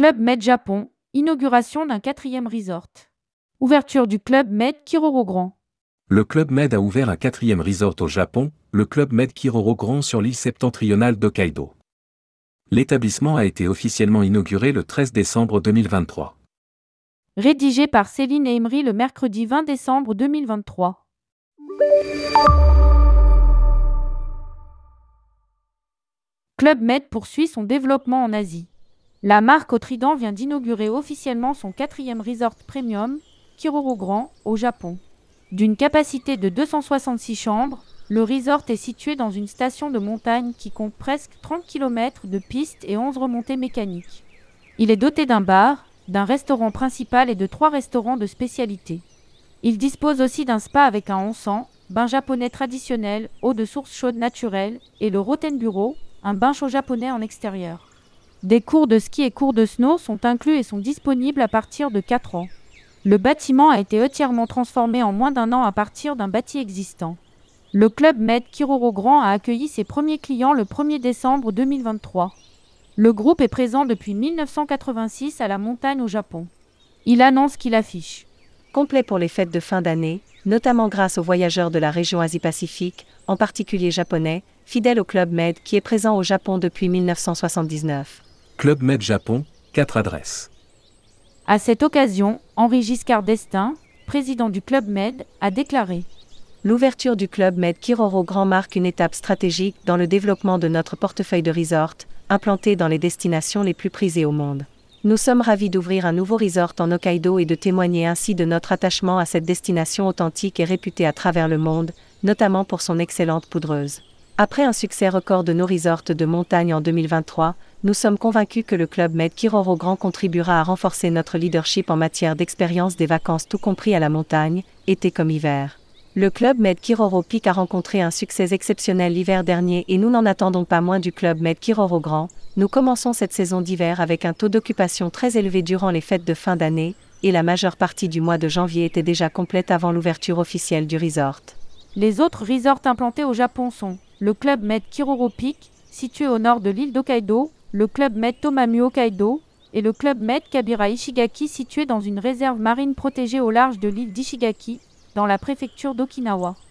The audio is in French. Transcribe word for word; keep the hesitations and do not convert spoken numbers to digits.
Club Med Japon, inauguration d'un quatrième resort. Ouverture du Club Med Kiroro-Grand. Le Club Med a ouvert un quatrième resort au Japon, le Club Med Kiroro-Grand sur l'île septentrionale d'Hokkaido. L'établissement a été officiellement inauguré le treize décembre deux mille vingt-trois. Rédigé par Céline et Emery le mercredi vingt décembre deux mille vingt-trois. Club Med poursuit son développement en Asie. La marque au Trident vient d'inaugurer officiellement son quatrième resort premium, Kiroro-Grand, au Japon. D'une capacité de deux cent soixante-six chambres, le resort est situé dans une station de montagne qui compte presque trente kilomètres de pistes et onze remontées mécaniques. Il est doté d'un bar, d'un restaurant principal et de trois restaurants de spécialité. Il dispose aussi d'un spa avec un onsen, bain japonais traditionnel, eau de source chaude naturelle, et le Rotenburo, un bain chaud japonais en extérieur. Des cours de ski et cours de snow sont inclus et sont disponibles à partir de quatre ans. Le bâtiment a été entièrement transformé en moins d'un an à partir d'un bâti existant. Le Club Med Kiroro-Grand a accueilli ses premiers clients le premier décembre deux mille vingt-trois. Le groupe est présent depuis mille neuf cent quatre-vingt-six à la montagne au Japon. Il annonce qu'il affiche complet pour les fêtes de fin d'année, notamment grâce aux voyageurs de la région Asie-Pacifique, en particulier japonais, fidèles au Club Med qui est présent au Japon depuis mille neuf cent soixante-dix-neuf. Club Med Japon, quatre adresses. À cette occasion, Henri Giscard d'Estaing, président du Club Med, a déclaré: L'ouverture du Club Med Kiroro-Grand marque une étape stratégique dans le développement de notre portefeuille de resorts, implanté dans les destinations les plus prisées au monde. Nous sommes ravis d'ouvrir un nouveau resort en Hokkaido et de témoigner ainsi de notre attachement à cette destination authentique et réputée à travers le monde, notamment pour son excellente poudreuse. Après un succès record de nos resorts de montagne en deux mille vingt-trois, nous sommes convaincus que le Club Med Kiroro-Grand contribuera à renforcer notre leadership en matière d'expérience des vacances tout compris à la montagne, été comme hiver. Le Club Med Kiroro-Peak a rencontré un succès exceptionnel l'hiver dernier et nous n'en attendons pas moins du Club Med Kiroro-Grand. Nous commençons cette saison d'hiver avec un taux d'occupation très élevé durant les fêtes de fin d'année, et la majeure partie du mois de janvier était déjà complète avant l'ouverture officielle du resort. Les autres resorts implantés au Japon sont le Club Med Kiroro-Peak, situé au nord de l'île d'Hokkaido, le Club Med Tomamu Hokkaido, et le Club Med Kabira Ishigaki situé dans une réserve marine protégée au large de l'île d'Ishigaki, dans la préfecture d'Okinawa.